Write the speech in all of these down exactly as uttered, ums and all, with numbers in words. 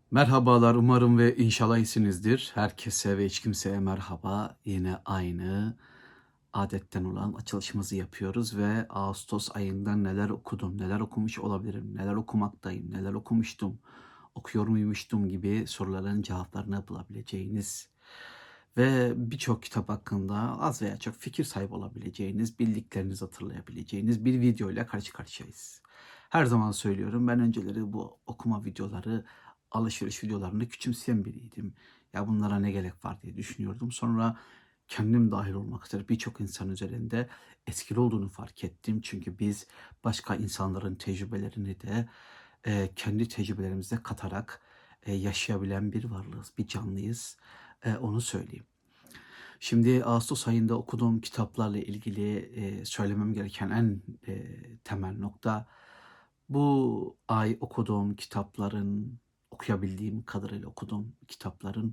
Merhabalar, umarım ve inşallah iyisinizdir. Herkese ve hiç kimseye merhaba. Yine aynı adetten olan açılışımızı yapıyoruz ve Ağustos ayında neler okudum, neler okumuş olabilirim, neler okumaktayım, neler okumuştum, okuyor muymuştum gibi soruların cevaplarını bulabileceğiniz ve birçok kitap hakkında az veya çok fikir sahibi olabileceğiniz, bildiklerinizi hatırlayabileceğiniz bir video ile karşı karşıyayız. Her zaman söylüyorum, ben önceleri bu okuma videoları, alışveriş videolarını küçümseyen biriydim. Ya bunlara ne gerek var diye düşünüyordum. Sonra kendim dahil olmak üzere birçok insan üzerinde etkili olduğunu fark ettim. Çünkü biz başka insanların tecrübelerini de e, kendi tecrübelerimize katarak e, yaşayabilen bir varlığız, bir canlıyız. E, onu söyleyeyim. Şimdi Ağustos ayında okuduğum kitaplarla ilgili e, söylemem gereken en e, temel nokta, bu ay okuduğum kitapların, okuyabildiğim kadarıyla okuduğum kitapların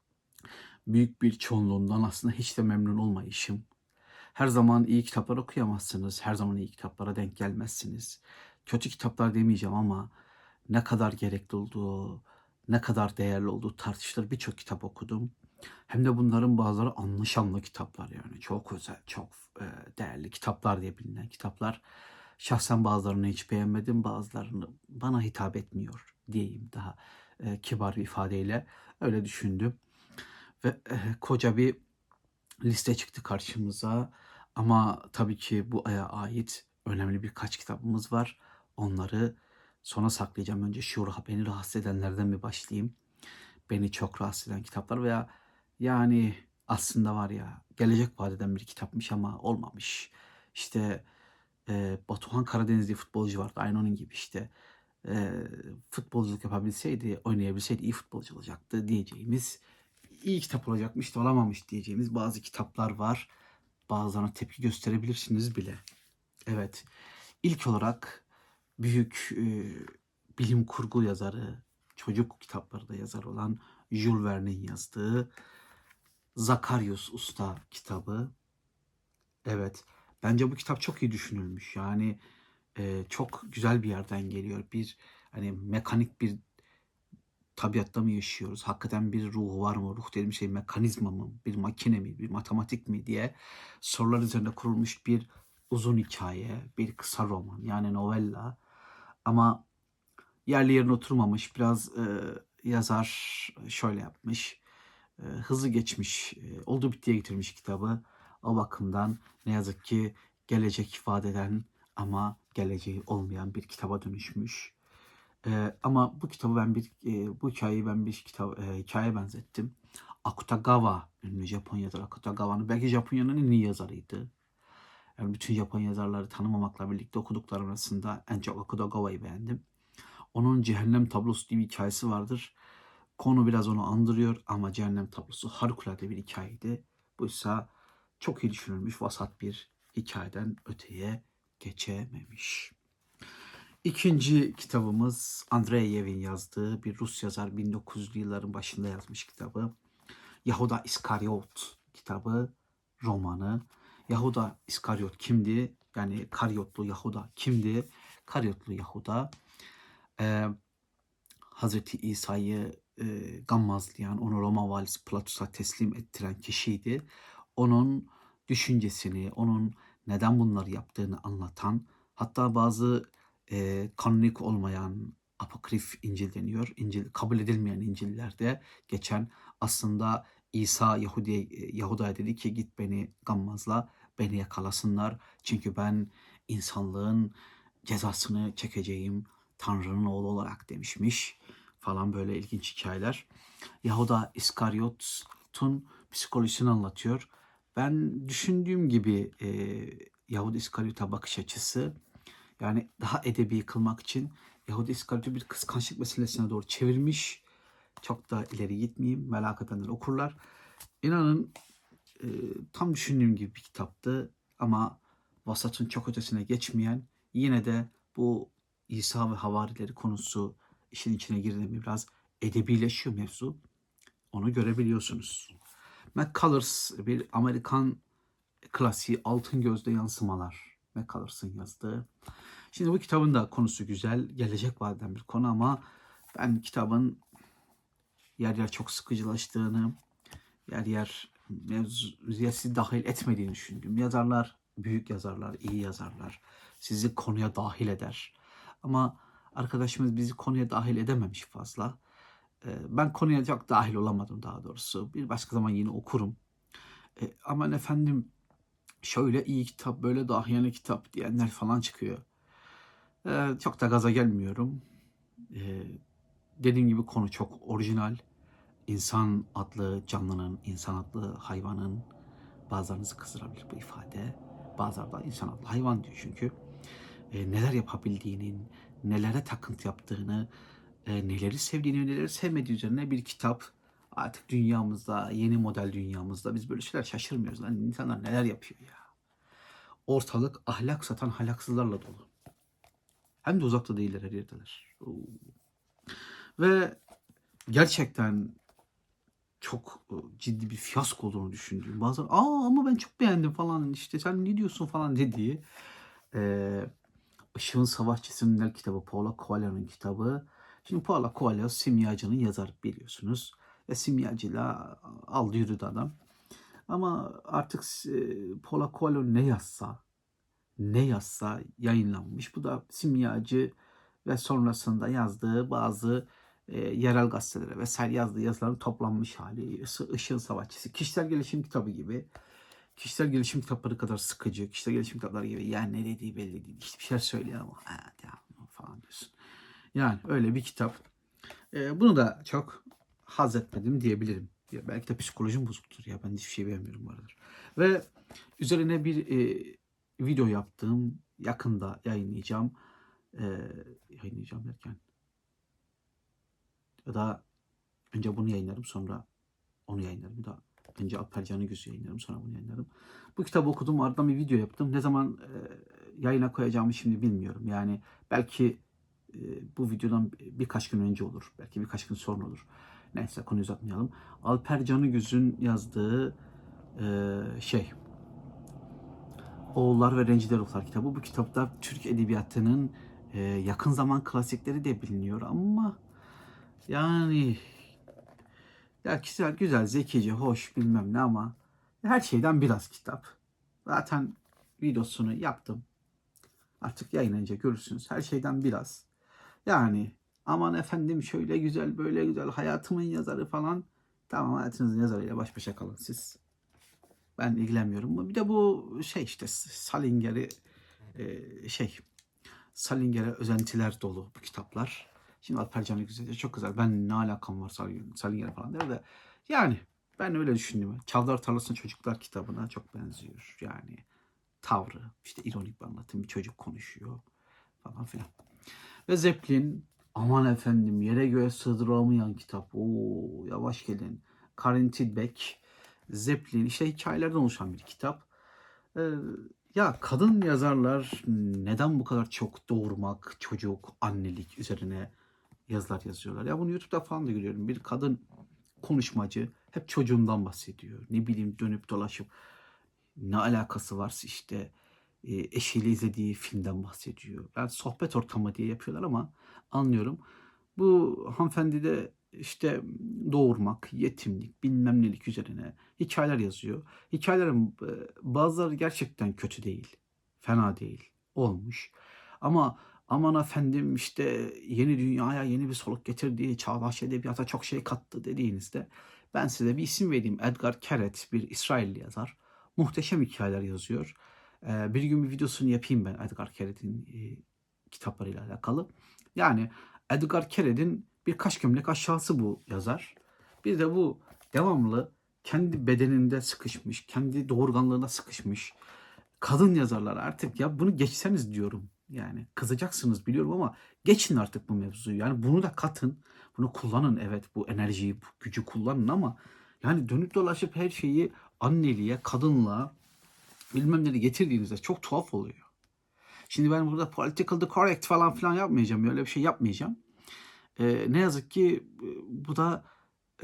büyük bir çoğunluğundan aslında hiç de memnun olmayışım. Her zaman iyi kitaplar okuyamazsınız, her zaman iyi kitaplara denk gelmezsiniz. Kötü kitaplar demeyeceğim ama ne kadar gerekli olduğu, ne kadar değerli olduğu tartışılır birçok kitap okudum. Hem de bunların bazıları anlı şanlı kitaplar, yani çok özel, çok e, değerli kitaplar diye bilinen kitaplar. Şahsen bazılarını hiç beğenmedim, bazılarını bana hitap etmiyor diyeyim daha e, kibar bir ifadeyle. Öyle düşündüm ve e, koca bir liste çıktı karşımıza. Ama tabii ki bu aya ait önemli birkaç kitabımız var. Onları sona saklayacağım. Önce şu rah- beni rahatsız edenlerden bir başlayayım. Beni çok rahatsız eden kitaplar veya yani aslında var ya, gelecek vaat eden bir kitapmış ama olmamış. İşte e, Batuhan Karadeniz diye futbolcu vardı. Aynı onun gibi işte. E, Futbolculuk yapabilseydi, oynayabilseydi iyi futbolcu olacaktı diyeceğimiz, iyi kitap olacakmış da olamamış diyeceğimiz bazı kitaplar var. Bazılarına tepki gösterebilirsiniz bile. Evet. İlk olarak büyük e, bilim kurgu yazarı, çocuk kitapları da yazar olan Jules Verne'in yazdığı Zakarius Usta kitabı. Evet. Bence bu kitap çok iyi düşünülmüş. Yani e, çok güzel bir yerden geliyor. Bir hani mekanik bir tabiatta mı yaşıyoruz? Hakikaten bir ruhu var mı? Ruh dediğim şey mekanizma mı? Bir makine mi? Bir matematik mi diye sorular üzerine kurulmuş bir uzun hikaye, bir kısa roman, yani novella. Ama yerli yerine oturmamış. Biraz e, yazar şöyle yapmış. E, hızlı geçmiş, e, oldu bittiye getirmiş kitabı. O bakımdan ne yazık ki gelecek ifade eden ama geleceği olmayan bir kitaba dönüşmüş. Ee, ama bu kitabı ben bir e, bu hikayeyi ben bir kitap e, hikayeye benzettim. Akutagawa, ünlü Japon yazar Akutagawa'nın, belki Japonya'nın en iyi yazarıydı. Yani bütün Japon yazarları tanımamakla birlikte okuduklarım arasında en çok Akutagawa'yı beğendim. Onun Cehennem Tablosu diye bir hikayesi vardır. Konu biraz onu andırıyor ama Cehennem Tablosu harikulade bir hikayeydi. Bu ise çok iyi düşünülmüş, vasat bir hikayeden öteye geçememiş. İkinci kitabımız Andreev'in yazdığı, bir Rus yazar bin dokuz yüzlü yılların başında yazmış kitabı. Yahuda İskaryot kitabı, romanı. Yahuda İskaryot kimdi? Yani Karyotlu Yahuda kimdi? Karyotlu Yahuda e, Hazreti İsa'yı e, gammazlayan, onu Roma valisi Platus'a teslim ettiren kişiydi. Onun düşüncesini, onun neden bunları yaptığını anlatan, hatta bazı e, kanonik olmayan apokrif İncil deniyor. İncil, kabul edilmeyen İncil'lerde geçen, aslında İsa Yahudi'ye, Yahuda'ya dedi ki git beni gammazla, beni yakalasınlar. Çünkü ben insanlığın cezasını çekeceğim Tanrı'nın oğlu olarak demişmiş falan, böyle ilginç hikayeler. Yahuda İskaryot'un psikolojisini anlatıyor. Ben düşündüğüm gibi e, Yahuda İskaryot'a bakış açısı, yani daha edebi kılmak için Yahuda İskaryot'u bir kıskançlık meselesine doğru çevirmiş. Çok da ileri gitmeyeyim, merak edenler okurlar. İnanın e, tam düşündüğüm gibi bir kitaptı ama vasatın çok ötesine geçmeyen, yine de bu İsa ve havarileri konusu işin içine girdi mi biraz edebileşiyor mevzu. Onu görebiliyorsunuz. McCullers, bir Amerikan klasiği, Altın Gözde Yansımalar. McCullers'ın yazdığı. Şimdi bu kitabın da konusu güzel, gelecek vadeden bir konu ama ben kitabın yer yer çok sıkıcılaştığını, yer yer mevzuya sizi dahil etmediğini düşündüm. Yazarlar, büyük yazarlar, iyi yazarlar sizi konuya dahil eder. Ama arkadaşımız bizi konuya dahil edememiş fazla. Ben konuya çok dahil olamadım daha doğrusu. Bir başka zaman yine okurum. E, aman efendim şöyle iyi kitap, böyle dahiyane kitap diyenler falan çıkıyor. E, çok da gaza gelmiyorum. E, dediğim gibi konu çok orijinal. İnsan adlı canlının, insan adlı hayvanın, bazılarınızı kızdırabilir bu ifade. Bazıları da insan adlı hayvan diyor çünkü. E, neler yapabildiğinin, nelere takıntı yaptığını, e, neleri sevdiğini, neleri sevmediği üzerine bir kitap. Artık dünyamızda, yeni model dünyamızda biz böyle şeyler şaşırmıyoruz. Lan insanlar neler yapıyor ya. Ortalık ahlak satan halaksızlarla dolu. Hem de uzakta değiller, her yerdeler. Oo. Ve gerçekten çok ciddi bir fiyasko olduğunu düşündüğüm, bazen aa ama ben çok beğendim falan, işte sen ne diyorsun falan dediği e, Işığın Savaşçısı'nın kitabı, Paulo Coelho'nun kitabı. Şimdi Paulo Coelho simyacının yazarı biliyorsunuz. Ve simyacıyla aldı yürüdü adam. Ama artık e, Paulo Coelho ne yazsa, ne yazsa yayınlanmış. Bu da simyacı ve sonrasında yazdığı bazı e, yerel gazetelere vesaire yazdığı yazıların toplanmış hali. Işığın Savaşçısı. Kişisel gelişim kitabı gibi. Kişisel gelişim kitapları kadar sıkıcı, kişisel gelişim kitapları gibi yani ne dediği belli değil. İşte bir şeyler söylüyor ama ha, ya, falan diyorsun. Yani öyle bir kitap. Ee, bunu da çok haz etmedim diyebilirim. Ya belki de psikolojim bozuktur ya. Ben hiçbir şey beğenmiyorum bu aralar. Ve üzerine bir e, video yaptım. Yakında yayınlayacağım. Ee, yayınlayacağım derken ya da önce bunu yayınlarım, sonra onu yayınlarım. Da önce Alper Canıgöz'ü yayınlarım, sonra bunu yayınlarım. Bu kitabı okudum, ardından bir video yaptım. Ne zaman e, yayına koyacağımı şimdi bilmiyorum. Yani belki e, bu videodan birkaç gün önce olur. Belki birkaç gün sonra olur. Neyse, konuyu uzatmayalım. Alper Canıgöz'ün yazdığı e, şey Oğullar ve Rencide Ruhlar kitabı. Bu kitapta Türk edebiyatının e, yakın zaman klasikleri de biliniyor ama yani ya güzel, güzel, zekice, hoş bilmem ne ama her şeyden biraz kitap. Zaten videosunu yaptım. Artık yayınlayınca görürsünüz. Her şeyden biraz. Yani aman efendim şöyle güzel, böyle güzel, hayatımın yazarı falan. Tamam, hayatınızın yazarıyla baş başa kalın siz. Ben ilgilenmiyorum. Bir de bu şey işte Salinger'i e, şey Salinger'e özentiler dolu bu kitaplar. Şimdi Alper Canıgöz'e çok güzel. Ben ne alakam var Salinger'e falan der de. Yani ben öyle düşündüm. Çavdar Tarlası'nın Çocuklar kitabına çok benziyor. Yani tavrı, işte ironik bir anlatım, bir çocuk konuşuyor falan filan. Ve Zeppelin, aman efendim yere göğe sığdırılamayan kitap. Oo, yavaş gelin. Karin Tidbeck, Zeppelin, işte hikayelerden oluşan bir kitap. Ee, ya kadın yazarlar neden bu kadar çok doğurmak, çocuk, annelik üzerine yazılar yazıyorlar? Ya bunu YouTube'da falan da görüyorum. Bir kadın konuşmacı hep çocuğundan bahsediyor. Ne bileyim, dönüp dolaşıp ne alakası varsa işte e, eşiyle izlediği filmden bahsediyor. Yani sohbet ortamı diye yapıyorlar ama anlıyorum. Bu hanımefendi de işte doğurmak, yetimlik, bilmem nelik üzerine hikayeler yazıyor. Hikayelerin e, bazıları gerçekten kötü değil, fena değil, olmuş. Ama aman efendim işte yeni dünyaya yeni bir soluk getirdiği, çağdaş edebiyata çok şey kattı dediğinizde ben size bir isim vereyim. Edgar Keret, bir İsrailli yazar. Muhteşem hikayeler yazıyor. Ee, bir gün bir videosunu yapayım ben Edgar Keret'in e, kitaplarıyla alakalı. Yani Edgar Keret'in birkaç gömlek aşağısı bu yazar. Bir de bu devamlı kendi bedeninde sıkışmış, kendi doğurganlığına sıkışmış kadın yazarlar artık ya bunu geçseniz diyorum. Yani kızacaksınız biliyorum ama geçin artık bu mevzuyu. Yani bunu da katın. Bunu kullanın, evet, bu enerjiyi, bu gücü kullanın ama yani dönüp dolaşıp her şeyi anneliğe, kadınlığa bilmem ne getirdiğinizde çok tuhaf oluyor. Şimdi ben burada political correct falan filan yapmayacağım. Öyle bir şey yapmayacağım. Ee, ne yazık ki bu da e,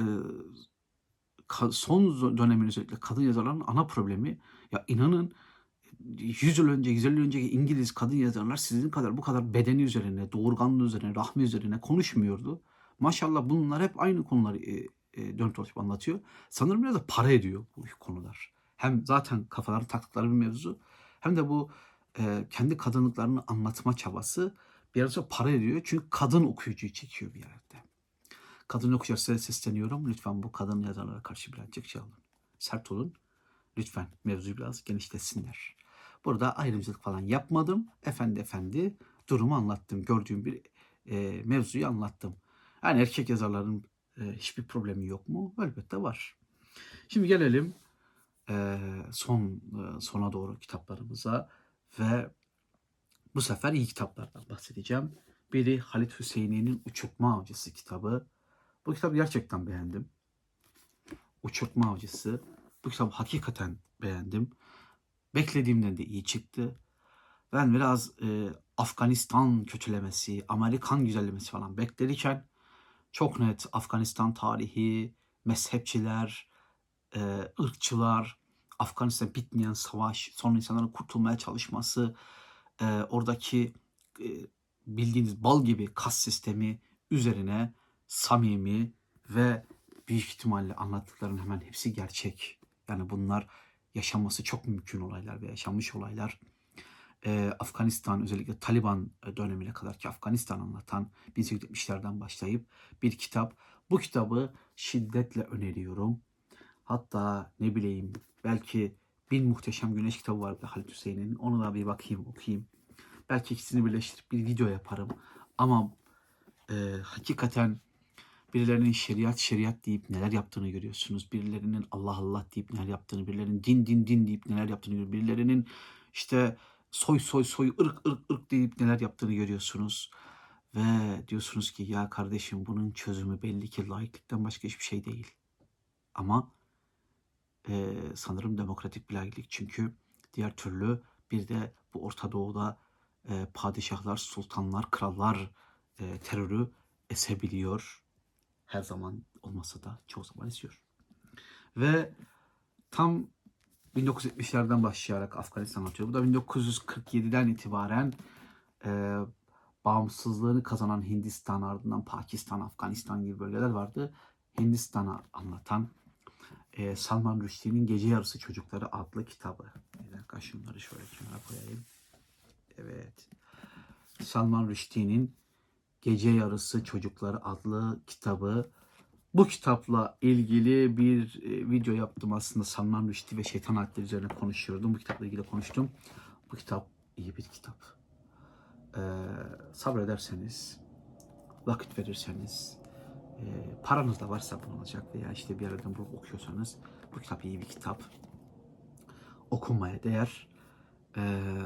son dönemin özellikle kadın yazarların ana problemi. Ya inanın yüz yıl önce, yüz elli yıl önceki İngiliz kadın yazarlar sizin kadar bu kadar bedeni üzerine, doğurganlığı üzerine, rahmi üzerine konuşmuyordu. Maşallah bunlar hep aynı konuları e, e, dönüp dolaşıp anlatıyor. Sanırım biraz da para ediyor bu konular. Hem zaten kafaları taktıkları bir mevzu hem de bu e, kendi kadınlıklarını anlatma çabası bir yerden sonra para ediyor. Çünkü kadın okuyucuyu çekiyor bir yerde. Kadın okuyucuya size sesleniyorum. Lütfen bu kadın yazarlara karşı birazcık şey olun. Sert olun. Lütfen mevzuyu biraz genişletsinler. Burada ayrımcılık falan yapmadım. Efendi efendi durumu anlattım. Gördüğüm bir e, mevzuyu anlattım. Yani erkek yazarların e, hiçbir problemi yok mu? Elbette var. Şimdi gelelim e, son e, sona doğru kitaplarımıza ve bu sefer iyi kitaplardan bahsedeceğim. Biri Halit Hüseyni'nin Uçurtma Avcısı kitabı. Bu kitabı gerçekten beğendim. Uçurtma Avcısı. Bu kitabı hakikaten beğendim. Beklediğimden de iyi çıktı. Ben biraz e, Afganistan kötülemesi, Amerikan güzellemesi falan beklerken çok net Afganistan tarihi, mezhepçiler, e, ırkçılar, Afganistan bitmeyen savaş, sonra insanların kurtulmaya çalışması, e, oradaki e, bildiğiniz bal gibi kas sistemi üzerine samimi ve büyük ihtimalle anlattıkların hemen hepsi gerçek. Yani bunlar yaşanması çok mümkün olaylar ve yaşanmış olaylar. Ee, Afganistan özellikle Taliban dönemine kadar ki Afganistan anlatan bin sekiz yüz yetmişlerden başlayıp bir kitap. Bu kitabı şiddetle öneriyorum. Hatta ne bileyim belki Bin Muhteşem Güneş kitabı vardı Halit Hüseyin'in. Onu da bir bakayım okuyayım. Belki ikisini birleştirip bir video yaparım. Ama e, hakikaten birilerinin şeriat şeriat deyip neler yaptığını görüyorsunuz. Birilerinin Allah Allah deyip neler yaptığını, birilerinin din din din deyip neler yaptığını görüyorsunuz. Birilerinin işte soy soy soy ırk ırk ırk deyip neler yaptığını görüyorsunuz. Ve diyorsunuz ki ya kardeşim bunun çözümü belli ki laiklikten başka hiçbir şey değil. Ama e, sanırım demokratik bir laiklik. Çünkü diğer türlü bir de bu Orta Doğu'da e, padişahlar, sultanlar, krallar e, terörü esebiliyor. Her zaman olmasa da çoğu zaman esiyor. Ve tam bin dokuz yüz yetmişlerden başlayarak Afganistan anlatıyor. Bu da bin dokuz yüz kırk yediden itibaren e, bağımsızlığını kazanan Hindistan, ardından Pakistan, Afganistan gibi bölgeler vardı. Hindistan'a anlatan e, Salman Rushdie'nin Gece Yarısı Çocukları adlı kitabı. Bir dakika şunları şöyle kenara koyayım. Evet. Salman Rushdie'nin Gece Yarısı Çocukları adlı kitabı. Bu kitapla ilgili bir e, video yaptım aslında. Salman Rushdie ve Şeytan Adetleri üzerine konuşuyordum. Bu kitapla ilgili konuştum. Bu kitap iyi bir kitap. Ee, sabrederseniz, vakit verirseniz, e, paranız da varsa bulunacak veya işte bir yerden bulup okuyorsanız bu kitap iyi bir kitap. Okunmaya değer. Ee,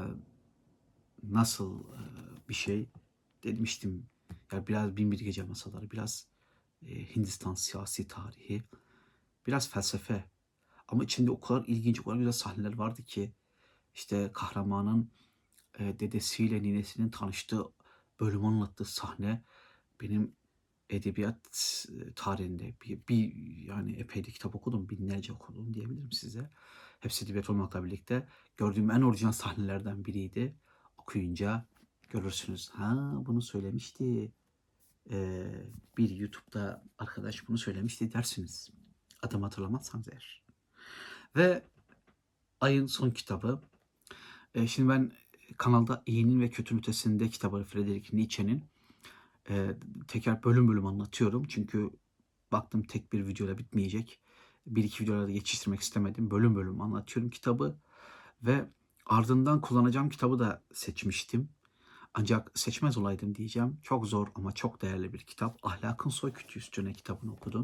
nasıl e, bir şey demiştim. Yani biraz Bin Bir Gece Masalları, biraz e, Hindistan siyasi tarihi, biraz felsefe. Ama içinde o kadar ilginç, o kadar güzel sahneler vardı ki işte kahramanın e, dedesiyle ninesinin tanıştığı bölümü anlattığı sahne benim edebiyat e, tarihinde bir, bir yani epey de kitap okudum, binlerce okudum diyebilirim size. Hepsi edebiyat olmakla birlikte gördüğüm en orijinal sahnelerden biriydi. Okuyunca görürsünüz. Ha bunu söylemişti. Ee, bir YouTube'da arkadaş bunu söylemişti dersiniz. Adam hatırlamazsanız eğer. Ve ayın son kitabı. E, şimdi ben kanalda İyinin ve Kötünün Ötesinde kitabı Friedrich Nietzsche'nin e, tekrar bölüm bölüm anlatıyorum. Çünkü baktım tek bir videoda bitmeyecek. Bir iki videolarda geçiştirmek istemedim. Bölüm bölüm anlatıyorum kitabı. Ve ardından kullanacağım kitabı da seçmiştim. Ancak seçmez olaydım diyeceğim. Çok zor ama çok değerli bir kitap. Ahlakın Soykütü Üstüne kitabını okudum.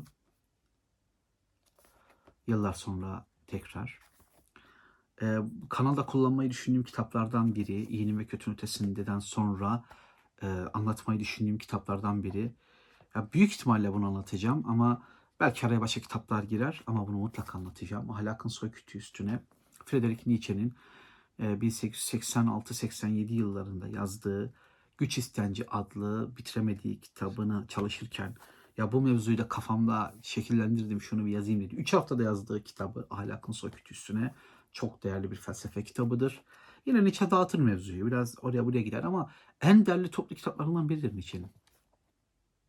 Yıllar sonra tekrar. Ee, kanalda kullanmayı düşündüğüm kitaplardan biri. İyinin ve Kötünün Ötesinde'den sonra e, anlatmayı düşündüğüm kitaplardan biri. Ya büyük ihtimalle bunu anlatacağım ama belki araya başka kitaplar girer ama bunu mutlaka anlatacağım. Ahlakın Soykütü Üstüne. Friedrich Nietzsche'nin e, bin sekiz yüz seksen altı seksen yedi yıllarında yazdığı Güç İstenci adlı bitiremediği kitabını çalışırken ya bu mevzuyu da kafamda şekillendirdim, şunu bir yazayım dedi. Üç haftada yazdığı kitabı Ahlakın Soykütü Üstüne çok değerli bir felsefe kitabıdır. Yine Nietzsche dağıtır mevzuyu. Biraz oraya buraya gider ama en değerli toplu kitaplarından biridir Nietzsche'nin.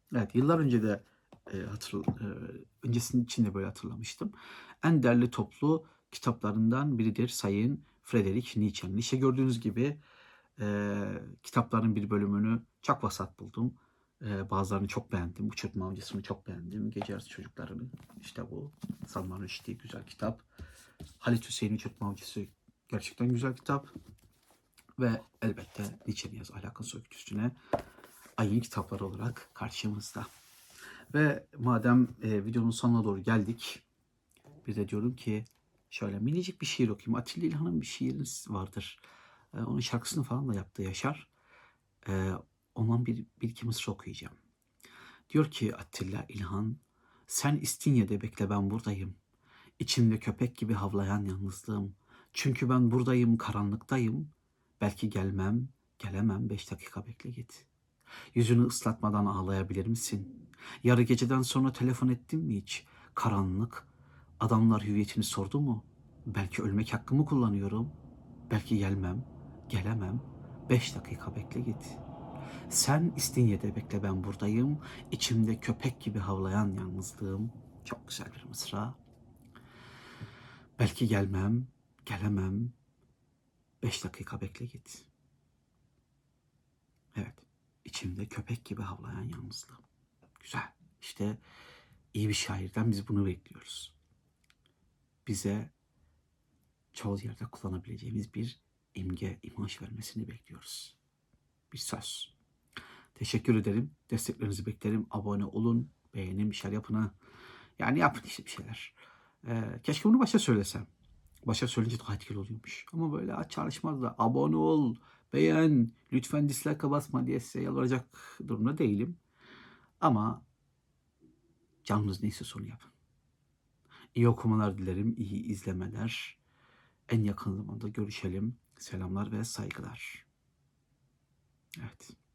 Evet, yıllar önce de e, hatırl e, öncesinin içinde böyle hatırlamıştım. En değerli toplu kitaplarından biridir Sayın Friedrich Nietzsche'nin. İşte gördüğünüz gibi e, kitapların bir bölümünü çok vasat buldum. E, bazılarını çok beğendim. Uçurtma Avcısı'nı çok beğendim. Gece Yarısı Çocukları'nı. İşte bu. Salman Rushdie güzel kitap. Halit Hüseyin Uçurtma Avcısı gerçekten güzel kitap. Ve elbette Nietzsche'nin yaz alakası öyküsüne ayın kitapları olarak karşımızda. Ve madem e, videonun sonuna doğru geldik, bir de diyorum ki şöyle minicik bir şiir okuyayım. Atilla İlhan'ın bir şiiri vardır. E, onun şarkısını falan da yaptı Yaşar. E, ondan bir, bir iki mısra okuyacağım. Diyor ki Atilla İlhan, sen İstinye'de bekle ben buradayım. İçimde köpek gibi havlayan yalnızlığım. Çünkü ben buradayım, karanlıktayım. Belki gelmem, gelemem, beş dakika bekle git. Yüzünü ıslatmadan ağlayabilir misin? Yarı geceden sonra telefon ettin mi hiç? Karanlık. Adamlar hüviyetini sordu mu? Belki ölmek hakkımı kullanıyorum. Belki gelmem, gelemem. Beş dakika bekle git. Sen İstinye'de bekle ben buradayım. İçimde köpek gibi havlayan yalnızlığım. Çok güzel bir mısra. Belki gelmem, gelemem. Beş dakika bekle git. Evet, içimde köpek gibi havlayan yalnızlığım. Güzel. İşte iyi bir şairden biz bunu bekliyoruz. Bize çoğu yerde kullanabileceğimiz bir imge, imaj vermesini bekliyoruz. Bir söz. Teşekkür ederim. Desteklerinizi beklerim. Abone olun, beğenin, bir şeyler yapın. Yani yapın işte bir şeyler. Ee, keşke bunu başa söylesem. Başa söyleyince daha etkili oluyormuş. Ama böyle aç çalışmaz da abone ol, beğen, lütfen dislike'a basma diye size yalvaracak durumda değilim. Ama canınız neyse onu yapın. İyi okumalar dilerim, iyi izlemeler. En yakın zamanda görüşelim. Selamlar ve saygılar. Evet.